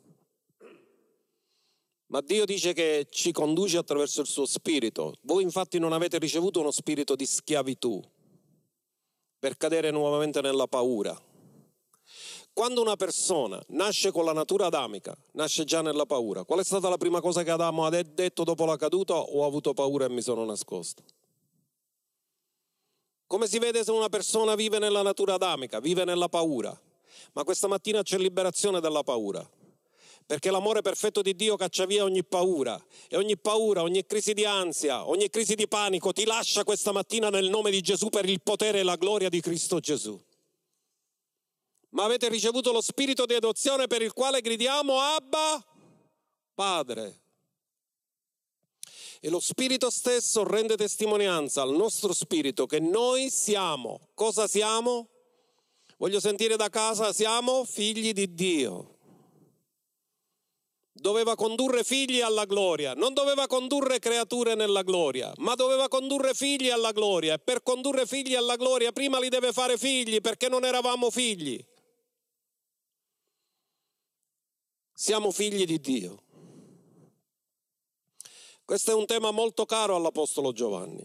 Ma Dio dice che ci conduce attraverso il suo spirito. Voi infatti non avete ricevuto uno spirito di schiavitù per cadere nuovamente nella paura. Quando una persona nasce con la natura adamica, nasce già nella paura. Qual è stata la prima cosa che Adamo ha detto dopo la caduta? Ho avuto paura e mi sono nascosto. Come si vede se una persona vive nella natura adamica? Vive nella paura. Ma questa mattina c'è liberazione dalla paura, perché l'amore perfetto di Dio caccia via ogni paura, ogni crisi di ansia, ogni crisi di panico ti lascia questa mattina nel nome di Gesù per il potere e la gloria di Cristo Gesù. Ma avete ricevuto lo spirito di adozione per il quale gridiamo Abba, Padre. E lo spirito stesso rende testimonianza al nostro spirito che noi siamo. Cosa siamo? Voglio sentire da casa, siamo figli di Dio. Doveva condurre figli alla gloria, non doveva condurre creature nella gloria, ma doveva condurre figli alla gloria. E per condurre figli alla gloria prima li deve fare figli, perché non eravamo figli. Siamo figli di Dio. Questo è un tema molto caro all'Apostolo Giovanni.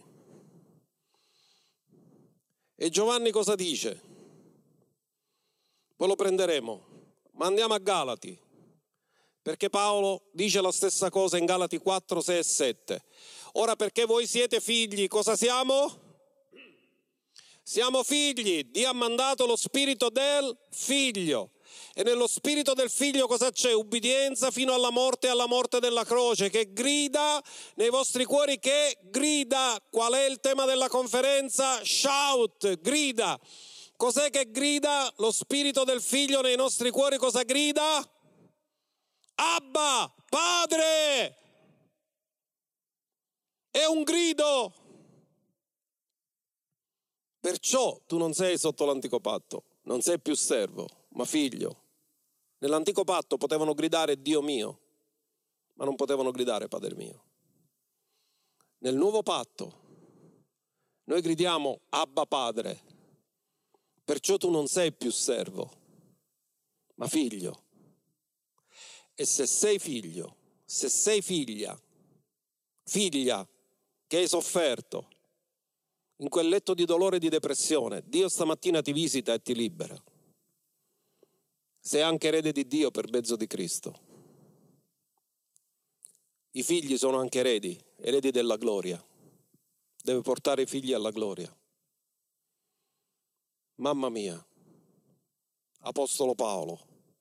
E Giovanni cosa dice? Poi lo prenderemo, ma andiamo a Galati, perché Paolo dice la stessa cosa in Galati 4, 6 e 7. Ora perché voi siete figli, cosa siamo? Siamo figli, Dio ha mandato lo spirito del figlio. E nello spirito del figlio cosa c'è? Ubbidienza fino alla morte e alla morte della croce, che grida nei vostri cuori, che grida. Qual è il tema della conferenza? Shout, grida. Cos'è che grida? Lo spirito del figlio nei nostri cuori cosa grida? Abba, Padre! È un grido. Perciò tu non sei sotto l'antico patto, non sei più servo, ma figlio. Nell'antico patto potevano gridare Dio mio, ma non potevano gridare Padre mio. Nel nuovo patto noi gridiamo Abba Padre, perciò tu non sei più servo, ma figlio. E se sei figlio, se sei figlia che hai sofferto in quel letto di dolore e di depressione, Dio stamattina ti visita e ti libera. Sei anche erede di Dio per mezzo di Cristo. I figli sono anche eredi della gloria. Deve portare i figli alla gloria. Mamma mia, Apostolo Paolo,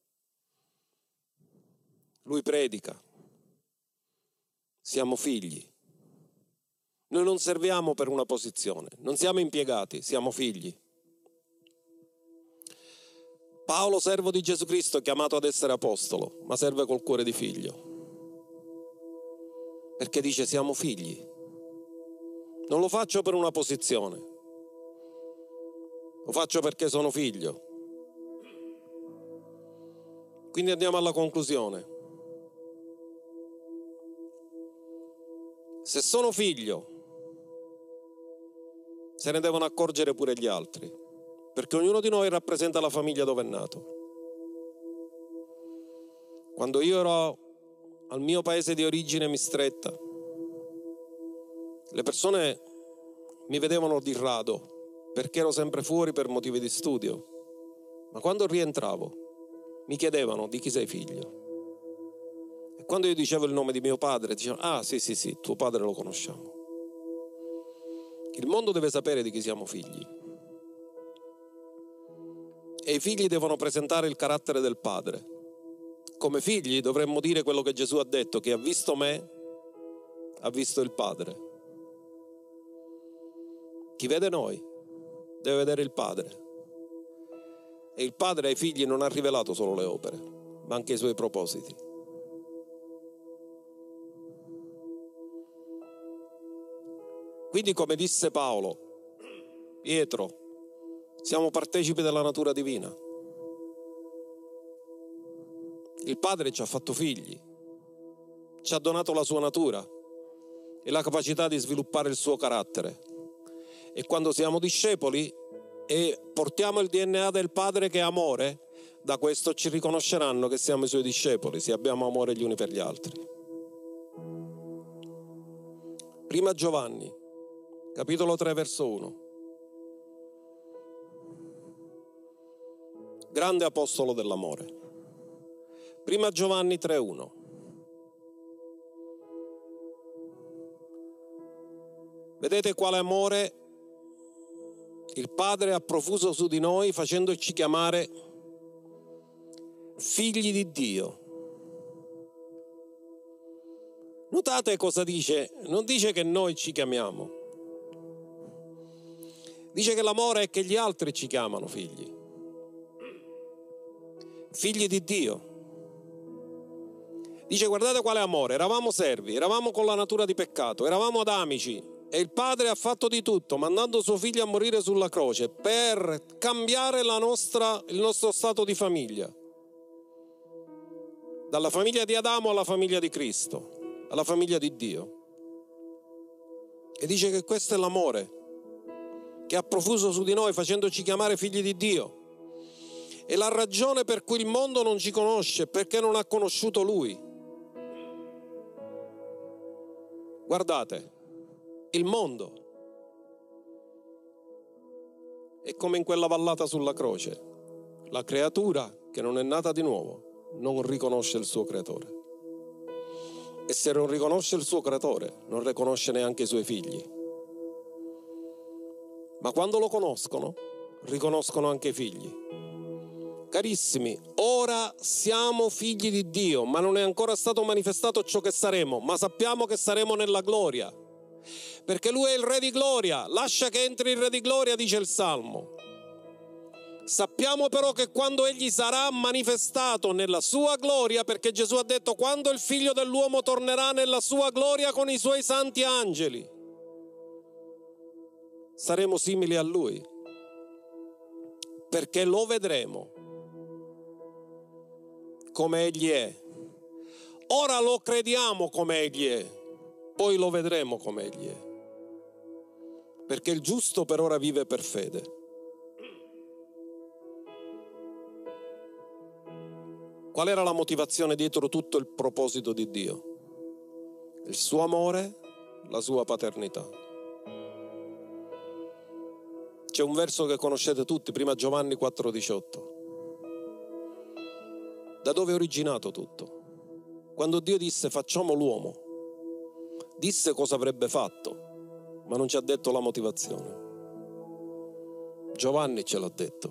lui predica, siamo figli. Noi non serviamo per una posizione, non siamo impiegati, siamo figli. Paolo, servo di Gesù Cristo, è chiamato ad essere apostolo, ma serve col cuore di figlio. Perché dice siamo figli. Non lo faccio per una posizione, lo faccio perché sono figlio. Quindi andiamo alla conclusione. Se sono figlio, se ne devono accorgere pure gli altri, perché ognuno di noi rappresenta la famiglia dove è nato. Quando io ero al mio paese di origine, Mistretta, le persone mi vedevano di rado perché ero sempre fuori per motivi di studio, ma quando rientravo mi chiedevano di chi sei figlio. E quando io dicevo il nome di mio padre, dicevano ah sì, tuo padre lo conosciamo. Il mondo deve sapere di chi siamo figli. E i figli devono presentare il carattere del padre. Come figli dovremmo dire quello che Gesù ha detto: chi ha visto me ha visto il Padre. Chi vede noi deve vedere il Padre. E il Padre ai figli non ha rivelato solo le opere, ma anche i suoi propositi. Quindi, come disse Pietro, siamo partecipi della natura divina. Il Padre ci ha fatto figli, ci ha donato la sua natura e la capacità di sviluppare il suo carattere. E quando siamo discepoli e portiamo il DNA del Padre che è amore, da questo ci riconosceranno che siamo i suoi discepoli, se abbiamo amore gli uni per gli altri. Prima Giovanni, capitolo 3, verso 1. Grande apostolo dell'amore. Prima Giovanni 3,1. Vedete quale amore il Padre ha profuso su di noi, facendoci chiamare figli di Dio. Notate cosa dice? Non dice che noi ci chiamiamo. Dice che l'amore è che gli altri ci chiamano figli. Figli di Dio. Dice guardate quale amore, eravamo servi, eravamo con la natura di peccato, eravamo adamici e il Padre ha fatto di tutto mandando suo figlio a morire sulla croce per cambiare il nostro stato di famiglia, dalla famiglia di Adamo alla famiglia di Cristo, alla famiglia di Dio. E dice che questo è l'amore che ha profuso su di noi facendoci chiamare figli di Dio. E la ragione per cui il mondo non ci conosce è perché non ha conosciuto Lui. Guardate, il mondo è come in quella vallata sulla croce. La creatura che non è nata di nuovo non riconosce il suo creatore. E se non riconosce il suo creatore, non riconosce neanche i suoi figli. Ma quando lo conoscono, riconoscono anche i figli. Carissimi, ora siamo figli di Dio, ma non è ancora stato manifestato ciò che saremo, ma sappiamo che saremo nella gloria, perché Lui è il Re di gloria. Lascia che entri il Re di gloria, dice il Salmo. Sappiamo però che quando Egli sarà manifestato nella sua gloria, perché Gesù ha detto quando il Figlio dell'uomo tornerà nella sua gloria con i suoi santi angeli, saremo simili a Lui. perché lo vedremo come Egli è. Ora lo crediamo come Egli è, poi lo vedremo come Egli è. Perché il giusto per ora vive per fede. Qual era la motivazione dietro tutto il proposito di Dio? Il suo amore, la sua paternità. C'è un verso che conoscete tutti, prima Giovanni 4,18. Da dove è originato tutto? Quando Dio disse facciamo l'uomo, disse cosa avrebbe fatto, ma non ci ha detto la motivazione. Giovanni ce l'ha detto,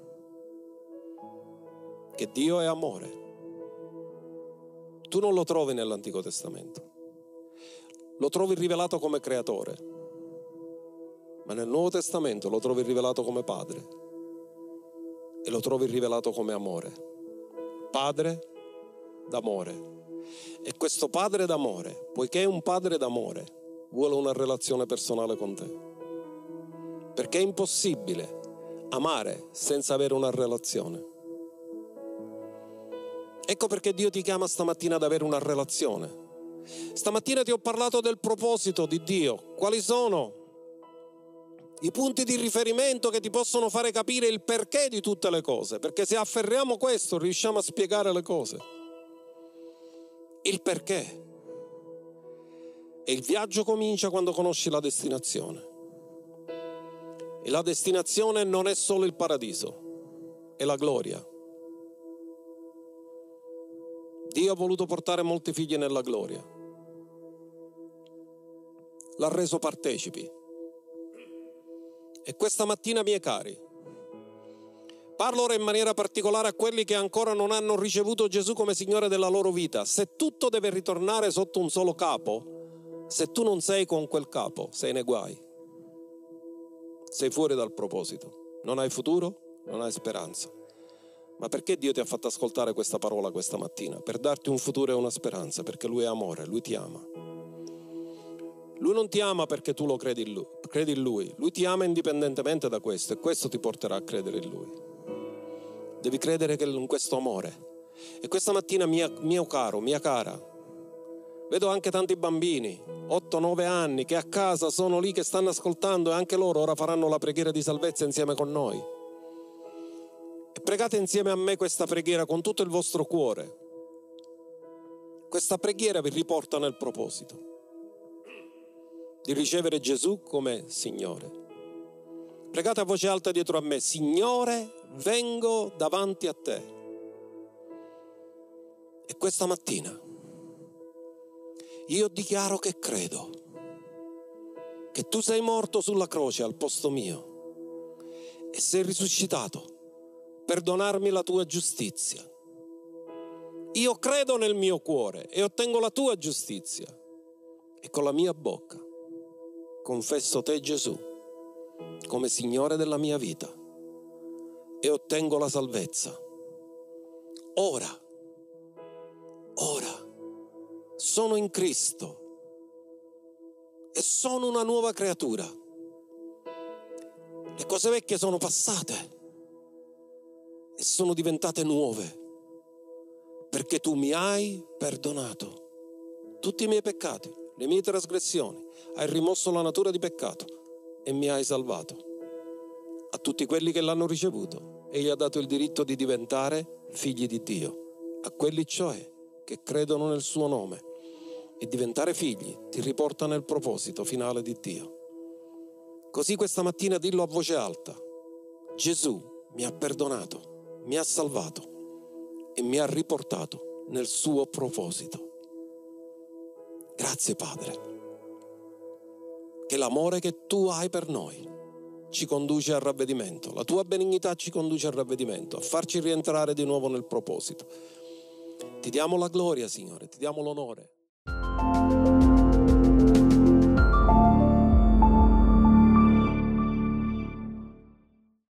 che Dio è amore. Tu non lo trovi nell'Antico Testamento, lo trovi rivelato come creatore, ma nel Nuovo Testamento lo trovi rivelato come padre e lo trovi rivelato come amore. Padre d'amore. E questo padre d'amore, poiché è un padre d'amore, vuole una relazione personale con te. Perché è impossibile amare senza avere una relazione. Ecco perché Dio ti chiama stamattina ad avere una relazione. Stamattina ti ho parlato del proposito di Dio. Quali sono i punti di riferimento che ti possono fare capire il perché di tutte le cose? Perché se afferriamo questo riusciamo a spiegare le cose. Il perché. E il viaggio comincia quando conosci la destinazione. E la destinazione non è solo il paradiso, è la gloria. Dio ha voluto portare molti figli nella gloria. L'ha reso partecipi. E questa mattina, miei cari, parlo ora in maniera particolare a quelli che ancora non hanno ricevuto Gesù come Signore della loro vita. Se tutto deve ritornare sotto un solo capo, se tu non sei con quel capo, sei nei guai. Sei fuori dal proposito. Non hai futuro, non hai speranza. Ma perché Dio ti ha fatto ascoltare questa parola questa mattina? Per darti un futuro e una speranza, perché Lui è amore, Lui ti ama. Lui non ti ama perché tu lo credi in Lui. Lui ti ama indipendentemente da questo, e questo ti porterà a credere in Lui. Devi credere in questo amore. E questa mattina, mio caro, mia cara, vedo anche tanti bambini, 8-9 anni, che a casa sono lì, che stanno ascoltando, e anche loro ora faranno la preghiera di salvezza insieme con noi. E pregate insieme a me questa preghiera con tutto il vostro cuore. Questa preghiera vi riporta nel proposito di ricevere Gesù come Signore. Pregate a voce alta dietro a me: Signore, vengo davanti a te. E questa mattina io dichiaro che credo che tu sei morto sulla croce al posto mio e sei risuscitato per donarmi la tua giustizia. Io credo nel mio cuore e ottengo la tua giustizia, e con la mia bocca confesso te, Gesù, come Signore della mia vita, e ottengo la salvezza. Ora sono in Cristo e sono una nuova creatura. Le cose vecchie sono passate e sono diventate nuove, perché tu mi hai perdonato tutti i miei peccati, le mie trasgressioni, hai rimosso la natura di peccato e mi hai salvato. A tutti quelli che l'hanno ricevuto, egli ha dato il diritto di diventare figli di Dio. A quelli cioè che credono nel suo nome. E diventare figli ti riporta nel proposito finale di Dio. Così questa mattina dillo a voce alta: Gesù mi ha perdonato, mi ha salvato e mi ha riportato nel suo proposito. Grazie, Padre, che l'amore che tu hai per noi ci conduce al ravvedimento, la tua benignità ci conduce al ravvedimento, a farci rientrare di nuovo nel proposito. Ti diamo la gloria, Signore, ti diamo l'onore.